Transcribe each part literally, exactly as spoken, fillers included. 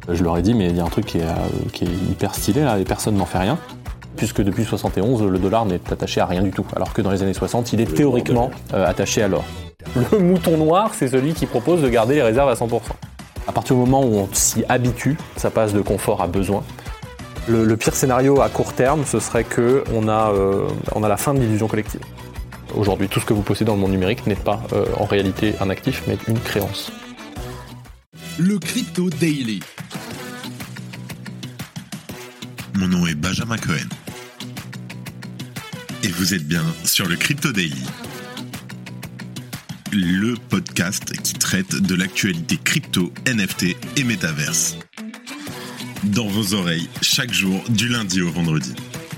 Je leur ai dit, mais il y a un truc qui est, euh, qui est hyper stylé là, et personne n'en fait rien. Puisque depuis soixante et onze, le dollar n'est attaché à rien du tout. Alors que dans les années soixante, il est théoriquement euh, attaché à l'or. Le mouton noir, c'est celui qui propose de garder les réserves à cent pour cent. À partir du moment où on s'y habitue, ça passe de confort à besoin. Le, le pire scénario à court terme, ce serait qu'on a, euh, on a la fin de l'illusion collective. Aujourd'hui, tout ce que vous possédez dans le monde numérique n'est pas euh, en réalité un actif, mais une créance. Le Crypto Daily. Mon nom est Benjamin Cohen. Et vous êtes bien sur le Crypto Daily. Le podcast qui traite de l'actualité crypto, N F T et métaverse. Dans vos oreilles, chaque jour, du lundi au vendredi.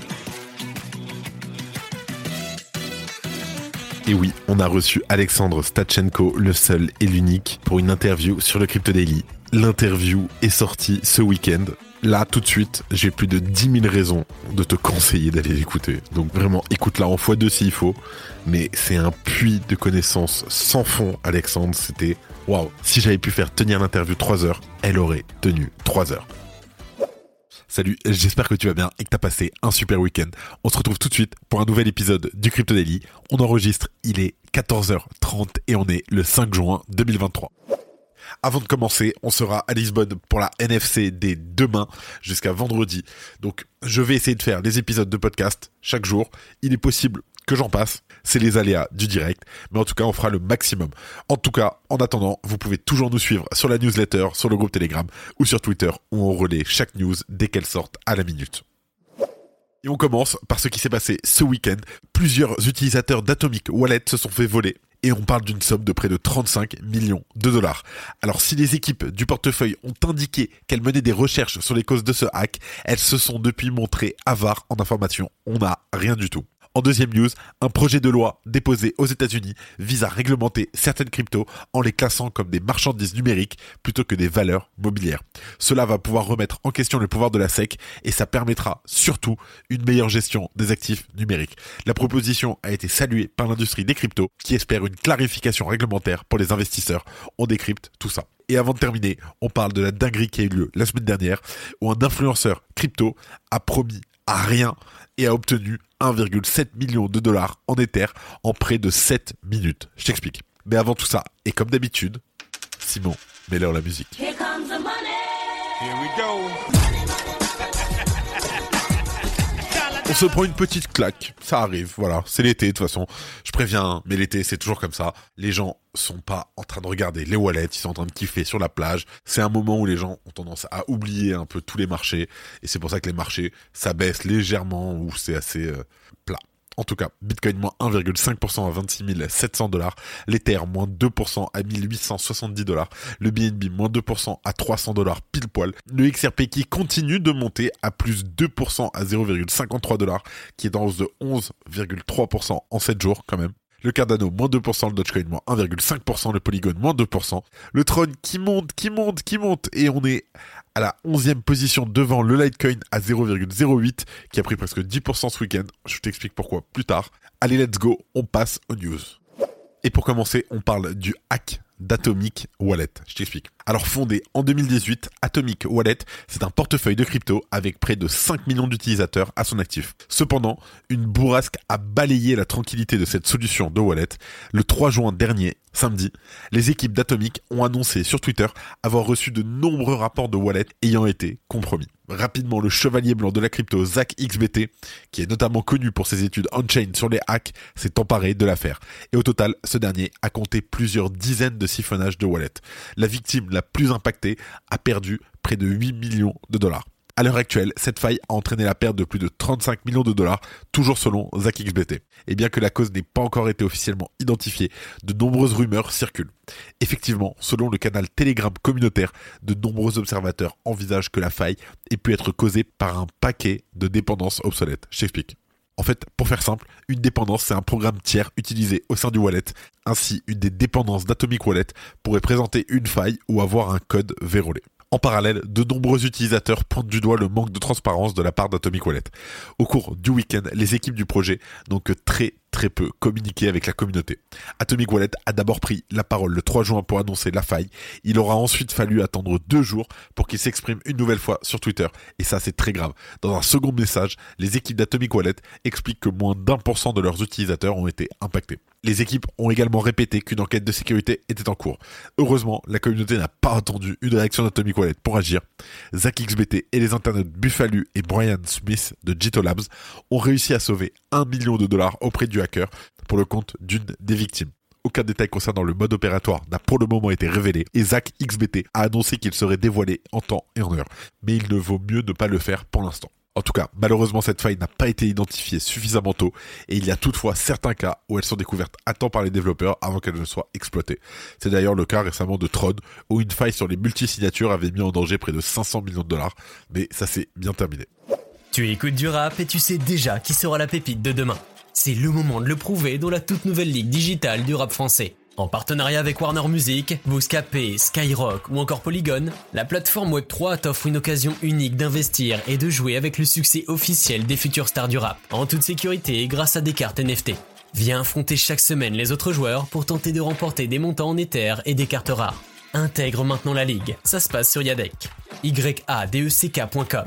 Et oui, on a reçu Alexandre Stachenko, le seul et l'unique, pour une interview sur le Crypto Daily. L'interview est sortie ce week-end. Là, tout de suite, j'ai plus de dix mille raisons de te conseiller d'aller l'écouter. Donc vraiment, écoute-la en fois deux s'il faut. Mais c'est un puits de connaissances sans fond, Alexandre. C'était waouh. Si j'avais pu faire tenir l'interview trois heures, elle aurait tenu trois heures. Salut, j'espère que tu vas bien et que tu as passé un super week-end. On se retrouve tout de suite pour un nouvel épisode du Crypto Daily. On enregistre, il est quatorze heures trente et on est le cinq juin deux mille vingt-trois. Avant de commencer, on sera à Lisbonne pour la N F C dès demain jusqu'à vendredi. Donc, je vais essayer de faire des épisodes de podcast chaque jour. Il est possible que j'en passe. C'est les aléas du direct. Mais en tout cas, on fera le maximum. En tout cas, en attendant, vous pouvez toujours nous suivre sur la newsletter, sur le groupe Telegram ou sur Twitter où on relaie chaque news dès qu'elle sorte à la minute. Et on commence par ce qui s'est passé ce week-end. Plusieurs utilisateurs d'Atomic Wallet se sont fait voler. Et on parle d'une somme de près de trente-cinq millions de dollars. Alors si les équipes du portefeuille ont indiqué qu'elles menaient des recherches sur les causes de ce hack, elles se sont depuis montrées avares en informations. On n'a rien du tout. En deuxième news, un projet de loi déposé aux États-Unis vise à réglementer certaines cryptos en les classant comme des marchandises numériques plutôt que des valeurs mobilières. Cela va pouvoir remettre en question le pouvoir de la S E C et ça permettra surtout une meilleure gestion des actifs numériques. La proposition a été saluée par l'industrie des cryptos qui espère une clarification réglementaire pour les investisseurs. On décrypte tout ça. Et avant de terminer, on parle de la dinguerie qui a eu lieu la semaine dernière où un influenceur crypto a promis à rien et a obtenu un virgule sept million de dollars en Ether en près de sept minutes. Je t'explique. Mais avant tout ça, et comme d'habitude, Simon, mets-leur la musique. Here comes the money. Here we go. On se prend une petite claque, ça arrive, voilà, c'est l'été de toute façon, je préviens, mais l'été c'est toujours comme ça, les gens sont pas en train de regarder les wallets, ils sont en train de kiffer sur la plage, c'est un moment où les gens ont tendance à oublier un peu tous les marchés, et c'est pour ça que les marchés, ça baisse légèrement, ou c'est assez euh, plat. En tout cas, Bitcoin moins un virgule cinq pour cent à vingt-six mille sept cents dollars, l'Ether moins deux pour cent à mille huit cent soixante-dix dollars, le B N B moins deux pour cent à trois cents dollars pile poil, le X R P qui continue de monter à plus deux pour cent à zéro virgule cinquante-trois dollars, qui est en hausse de onze virgule trois pour cent en sept jours quand même. Le Cardano, moins deux pour cent, le Dogecoin, moins un virgule cinq pour cent, le Polygon, moins deux pour cent. Le Tron qui monte, qui monte, qui monte. Et on est à la onzième position devant le Litecoin à zéro virgule zéro huit, qui a pris presque dix pour cent ce week-end. Je t'explique pourquoi plus tard. Allez, let's go, on passe aux news. Et pour commencer, on parle du hack d'Atomic Wallet. Je t'explique. Alors fondé en deux mille dix-huit, Atomic Wallet, c'est un portefeuille de crypto avec près de cinq millions d'utilisateurs à son actif. Cependant, une bourrasque a balayé la tranquillité de cette solution de wallet. Le trois juin dernier, samedi, les équipes d'Atomic ont annoncé sur Twitter avoir reçu de nombreux rapports de wallet ayant été compromis. Rapidement, le chevalier blanc de la crypto, Zach X B T, qui est notamment connu pour ses études on-chain sur les hacks, s'est emparé de l'affaire. Et au total, ce dernier a compté plusieurs dizaines de siphonnages de wallets. La victime la plus impactée a perdu près de huit millions de dollars. À l'heure actuelle, cette faille a entraîné la perte de plus de trente-cinq millions de dollars, toujours selon Zach X B T. Et bien que la cause n'ait pas encore été officiellement identifiée, de nombreuses rumeurs circulent. Effectivement, selon le canal Telegram communautaire, de nombreux observateurs envisagent que la faille ait pu être causée par un paquet de dépendances obsolètes. Je t'explique. En fait, pour faire simple, une dépendance, c'est un programme tiers utilisé au sein du wallet. Ainsi, une des dépendances d'Atomic Wallet pourrait présenter une faille ou avoir un code vérolé. En parallèle, de nombreux utilisateurs pointent du doigt le manque de transparence de la part d'Atomic Wallet. Au cours du week-end, les équipes du projet n'ont que très très peu communiqué avec la communauté. Atomic Wallet a d'abord pris la parole le trois juin pour annoncer la faille. Il aura ensuite fallu attendre deux jours pour qu'il s'exprime une nouvelle fois sur Twitter. Et ça, c'est très grave. Dans un second message, les équipes d'Atomic Wallet expliquent que moins d'un pour cent de leurs utilisateurs ont été impactés. Les équipes ont également répété qu'une enquête de sécurité était en cours. Heureusement, la communauté n'a pas attendu une réaction d'Atomic Wallet pour agir. Zach X B T et les internautes Buffalo et Brian Smith de Jito Labs ont réussi à sauver un million de dollars auprès du hacker pour le compte d'une des victimes. Aucun détail concernant le mode opératoire n'a pour le moment été révélé et Zach X B T a annoncé qu'il serait dévoilé en temps et en heure. Mais il ne vaut mieux ne pas le faire pour l'instant. En tout cas, malheureusement, cette faille n'a pas été identifiée suffisamment tôt et il y a toutefois certains cas où elles sont découvertes à temps par les développeurs avant qu'elles ne soient exploitées. C'est d'ailleurs le cas récemment de Tron où une faille sur les multisignatures avait mis en danger près de cinq cents millions de dollars, mais ça s'est bien terminé. Tu écoutes du rap et tu sais déjà qui sera la pépite de demain. C'est le moment de le prouver dans la toute nouvelle ligue digitale du rap français. En partenariat avec Warner Music, Bouscapé, Skyrock ou encore Polygon, la plateforme web trois t'offre une occasion unique d'investir et de jouer avec le succès officiel des futures stars du rap, en toute sécurité grâce à des cartes N F T. Viens affronter chaque semaine les autres joueurs pour tenter de remporter des montants en Ether et des cartes rares. Intègre maintenant la ligue, ça se passe sur Yadec. y a d e c k point com.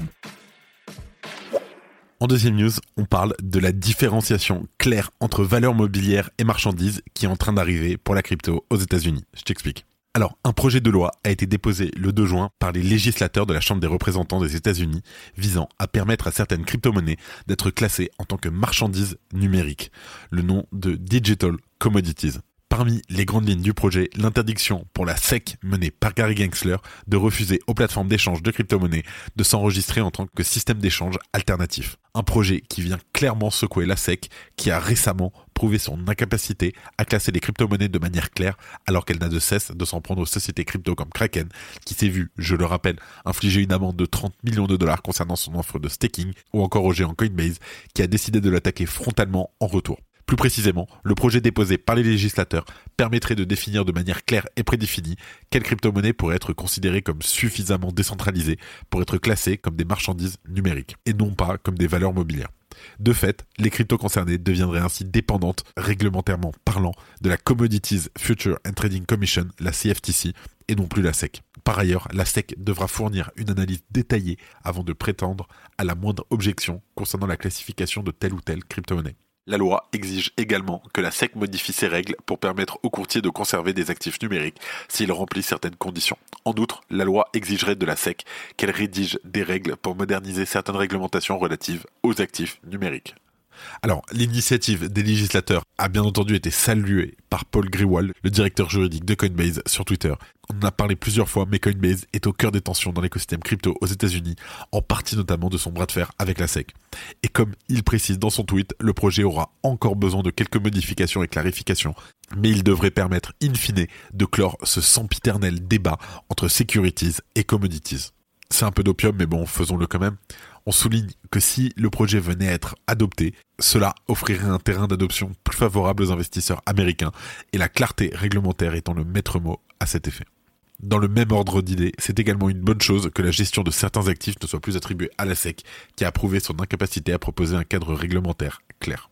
En deuxième news, on parle de la différenciation claire entre valeurs mobilières et marchandises qui est en train d'arriver pour la crypto aux États-Unis. Je t'explique. Alors, un projet de loi a été déposé le deux juin par les législateurs de la Chambre des représentants des États-Unis visant à permettre à certaines crypto-monnaies d'être classées en tant que marchandises numériques, le nom de Digital Commodities. Parmi les grandes lignes du projet, l'interdiction pour la S E C menée par Gary Gensler de refuser aux plateformes d'échange de crypto-monnaies de s'enregistrer en tant que système d'échange alternatif. Un projet qui vient clairement secouer la S E C qui a récemment prouvé son incapacité à classer les crypto-monnaies de manière claire alors qu'elle n'a de cesse de s'en prendre aux sociétés crypto comme Kraken qui s'est vu, je le rappelle, infliger une amende de trente millions de dollars concernant son offre de staking ou encore au géant Coinbase qui a décidé de l'attaquer frontalement en retour. Plus précisément, le projet déposé par les législateurs permettrait de définir de manière claire et prédéfinie quelles crypto-monnaies pourraient être considérées comme suffisamment décentralisées pour être classées comme des marchandises numériques et non pas comme des valeurs mobilières. De fait, les cryptos concernées deviendraient ainsi dépendantes, réglementairement parlant, de la Commodities Future and Trading Commission, la C F T C, et non plus la S E C. Par ailleurs, la S E C devra fournir une analyse détaillée avant de prétendre à la moindre objection concernant la classification de telle ou telle crypto-monnaie. La loi exige également que la S E C modifie ses règles pour permettre aux courtiers de conserver des actifs numériques s'ils remplissent certaines conditions. En outre, la loi exigerait de la S E C qu'elle rédige des règles pour moderniser certaines réglementations relatives aux actifs numériques. Alors, l'initiative des législateurs a bien entendu été saluée par Paul Grewal, le directeur juridique de Coinbase, sur Twitter. On en a parlé plusieurs fois, mais Coinbase est au cœur des tensions dans l'écosystème crypto aux États-Unis, en partie notamment de son bras de fer avec la S E C. Et comme il précise dans son tweet, le projet aura encore besoin de quelques modifications et clarifications, mais il devrait permettre, in fine, de clore ce sempiternel débat entre securities et commodities. C'est un peu d'opium, mais bon, faisons-le quand même. On souligne que si le projet venait à être adopté, cela offrirait un terrain d'adoption plus favorable aux investisseurs américains et la clarté réglementaire étant le maître mot à cet effet. Dans le même ordre d'idées, c'est également une bonne chose que la gestion de certains actifs ne soit plus attribuée à la S E C, qui a prouvé son incapacité à proposer un cadre réglementaire clair.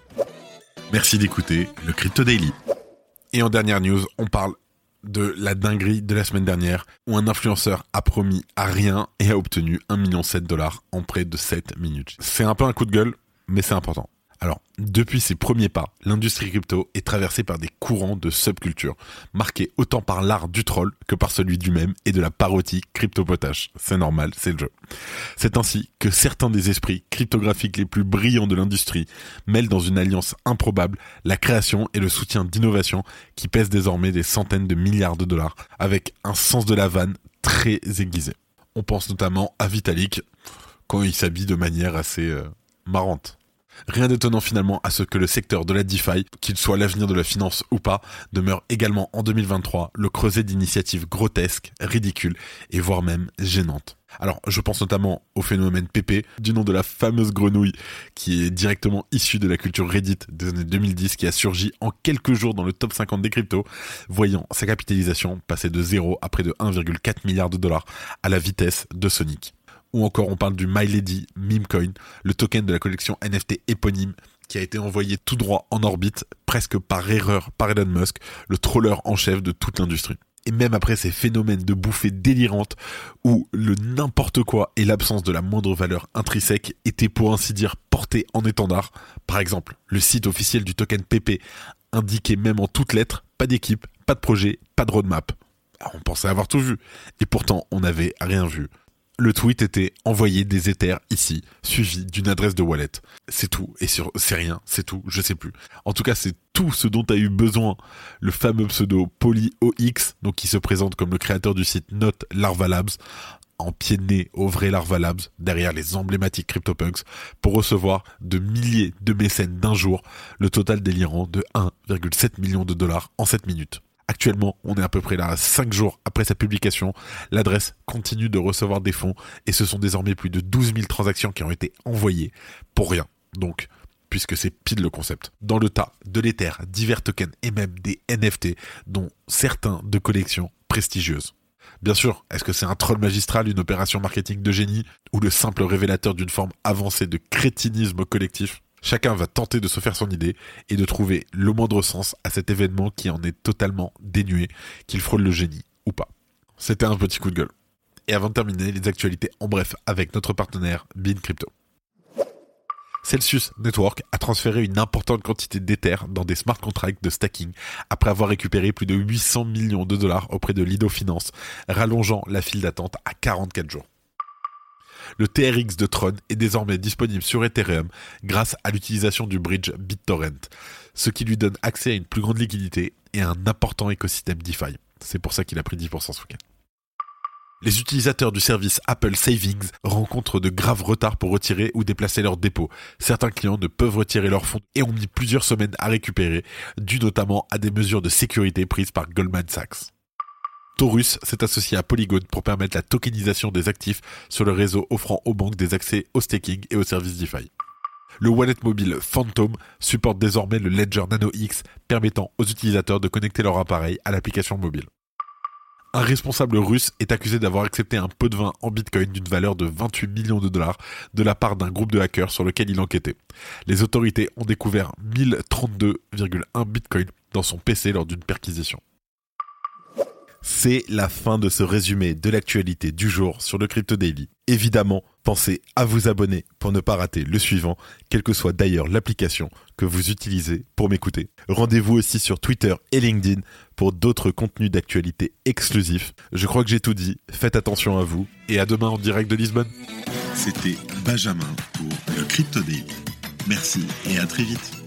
Merci d'écouter le Crypto Daily. Et en dernière news, on parle de la dinguerie de la semaine dernière où un influenceur a promis à rien et a obtenu un virgule sept million de dollars en près de sept minutes. C'est un peu un coup de gueule, mais c'est important. Alors, depuis ses premiers pas, l'industrie crypto est traversée par des courants de subculture, marqués autant par l'art du troll que par celui du mème et de la parodie crypto-potache. C'est normal, c'est le jeu. C'est ainsi que certains des esprits cryptographiques les plus brillants de l'industrie mêlent dans une alliance improbable la création et le soutien d'innovations qui pèsent désormais des centaines de milliards de dollars, avec un sens de la vanne très aiguisé. On pense notamment à Vitalik, quand il s'habille de manière assez euh, marrante. Rien d'étonnant finalement à ce que le secteur de la DeFi, qu'il soit l'avenir de la finance ou pas, demeure également en deux mille vingt-trois le creuset d'initiatives grotesques, ridicules et voire même gênantes. Alors je pense notamment au phénomène Pépé, du nom de la fameuse grenouille qui est directement issue de la culture Reddit des années deux mille dix, qui a surgi en quelques jours dans le top cinquante des cryptos, voyant sa capitalisation passer de zéro à près de un virgule quatre milliard de dollars à la vitesse de Sonic. Ou encore on parle du My Lady Meme Coin, le token de la collection N F T éponyme qui a été envoyé tout droit en orbite, presque par erreur par Elon Musk, le troller en chef de toute l'industrie. Et même après ces phénomènes de bouffées délirantes où le n'importe quoi et l'absence de la moindre valeur intrinsèque étaient pour ainsi dire portés en étendard, par exemple, le site officiel du token P P indiquait même en toutes lettres, pas d'équipe, pas de projet, pas de roadmap. Alors on pensait avoir tout vu, et pourtant on n'avait rien vu. Le tweet était « Envoyer des Ethers ici », suivi d'une adresse de wallet. C'est tout, et sur... c'est rien, c'est tout, je sais plus. En tout cas, c'est tout ce dont a eu besoin le fameux pseudo PolyOX, donc qui se présente comme le créateur du site Not Larva Labs, en pied de nez au vrai Larva Labs, derrière les emblématiques CryptoPunks, pour recevoir de milliers de mécènes d'un jour, le total délirant de un virgule sept million de dollars en sept minutes. Actuellement, on est à peu près là, cinq jours après sa publication. L'adresse continue de recevoir des fonds et ce sont désormais plus de douze mille transactions qui ont été envoyées pour rien. Donc, puisque c'est pile le concept. Dans le tas de l'Ether, divers tokens et même des N F T, dont certains de collections prestigieuses. Bien sûr, est-ce que c'est un troll magistral, une opération marketing de génie ou le simple révélateur d'une forme avancée de crétinisme collectif ? Chacun va tenter de se faire son idée et de trouver le moindre sens à cet événement qui en est totalement dénué, qu'il frôle le génie ou pas. C'était un petit coup de gueule. Et avant de terminer, les actualités en bref avec notre partenaire Bean Crypto. Celsius Network a transféré une importante quantité d'Ether dans des smart contracts de stacking après avoir récupéré plus de huit cents millions de dollars auprès de Lido Finance, rallongeant la file d'attente à quarante-quatre jours. Le T R X de Tron est désormais disponible sur Ethereum grâce à l'utilisation du bridge BitTorrent, ce qui lui donne accès à une plus grande liquidité et à un important écosystème DeFi. C'est pour ça qu'il a pris dix pour cent ce week-end. Les utilisateurs du service Apple Savings rencontrent de graves retards pour retirer ou déplacer leurs dépôts. Certains clients ne peuvent retirer leurs fonds et ont mis plusieurs semaines à récupérer, dû notamment à des mesures de sécurité prises par Goldman Sachs. Taurus s'est associé à Polygon pour permettre la tokenisation des actifs sur le réseau offrant aux banques des accès au staking et aux services DeFi. Le wallet mobile Phantom supporte désormais le Ledger Nano X, permettant aux utilisateurs de connecter leur appareil à l'application mobile. Un responsable russe est accusé d'avoir accepté un pot de vin en bitcoin d'une valeur de vingt-huit millions de dollars de la part d'un groupe de hackers sur lequel il enquêtait. Les autorités ont découvert mille trente-deux virgule un bitcoins dans son P C lors d'une perquisition. C'est la fin de ce résumé de l'actualité du jour sur le Crypto Daily. Évidemment, pensez à vous abonner pour ne pas rater le suivant, quelle que soit d'ailleurs l'application que vous utilisez pour m'écouter. Rendez-vous aussi sur Twitter et LinkedIn pour d'autres contenus d'actualité exclusifs. Je crois que j'ai tout dit, faites attention à vous et à demain en direct de Lisbonne. C'était Benjamin pour le Crypto Daily. Merci et à très vite.